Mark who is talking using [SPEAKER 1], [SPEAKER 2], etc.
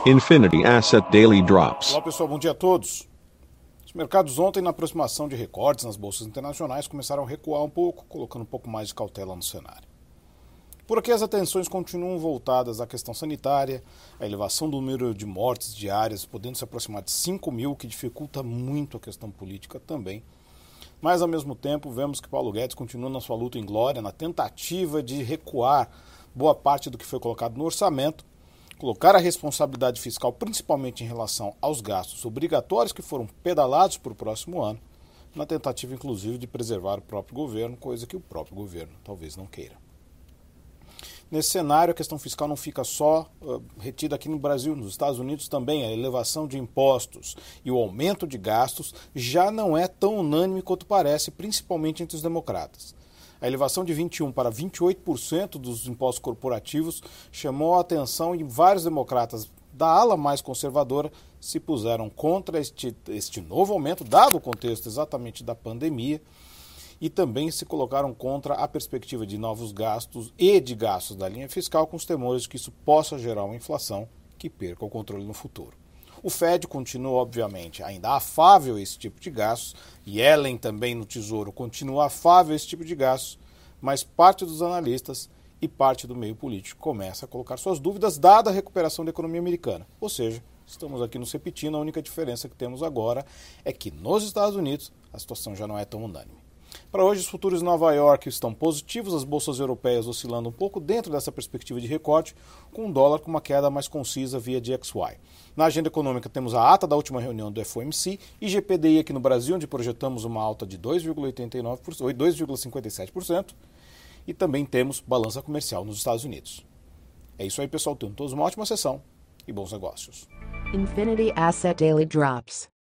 [SPEAKER 1] Infinity Asset Daily Drops.
[SPEAKER 2] Olá pessoal, bom dia a todos. Os mercados ontem, na aproximação de recordes nas bolsas internacionais, começaram a recuar um pouco, colocando um pouco mais de cautela no cenário. Por aqui as atenções continuam voltadas à questão sanitária, à elevação do número de mortes diárias, podendo se aproximar de 5 mil, que dificulta muito a questão política também. Mas, ao mesmo tempo, vemos que Paulo Guedes continua na sua luta inglória, na tentativa de recuar boa parte do que foi colocado no orçamento, colocar a responsabilidade fiscal principalmente em relação aos gastos obrigatórios que foram pedalados para o próximo ano, na tentativa inclusive de preservar o próprio governo, coisa que o próprio governo talvez não queira. Nesse cenário, a questão fiscal não fica só retida aqui no Brasil, nos Estados Unidos também. A elevação de impostos e o aumento de gastos já não é tão unânime quanto parece, principalmente entre os democratas. A elevação de 21% para 28% dos impostos corporativos chamou a atenção e vários democratas da ala mais conservadora se puseram contra este novo aumento, dado o contexto exatamente da pandemia, e também se colocaram contra a perspectiva de novos gastos e de gastos da linha fiscal, com os temores de que isso possa gerar uma inflação que perca o controle no futuro. O Fed continua, obviamente, ainda afável a esse tipo de gastos, e Yellen também no Tesouro continua afável a esse tipo de gastos, mas parte dos analistas e parte do meio político começa a colocar suas dúvidas, dada a recuperação da economia americana. Ou seja, estamos aqui nos repetindo, a única diferença que temos agora é que nos Estados Unidos a situação já não é tão unânime. Para hoje, os futuros em Nova York estão positivos, as bolsas europeias oscilando um pouco dentro dessa perspectiva de recorte, com o dólar com uma queda mais concisa via DXY. Na agenda econômica temos a ata da última reunião do FOMC e GPDI aqui no Brasil, onde projetamos uma alta de 2,57%, e também temos balança comercial nos Estados Unidos. É isso aí, pessoal. Tenham todos uma ótima sessão e bons negócios.
[SPEAKER 3] Infinity Asset Daily Drops.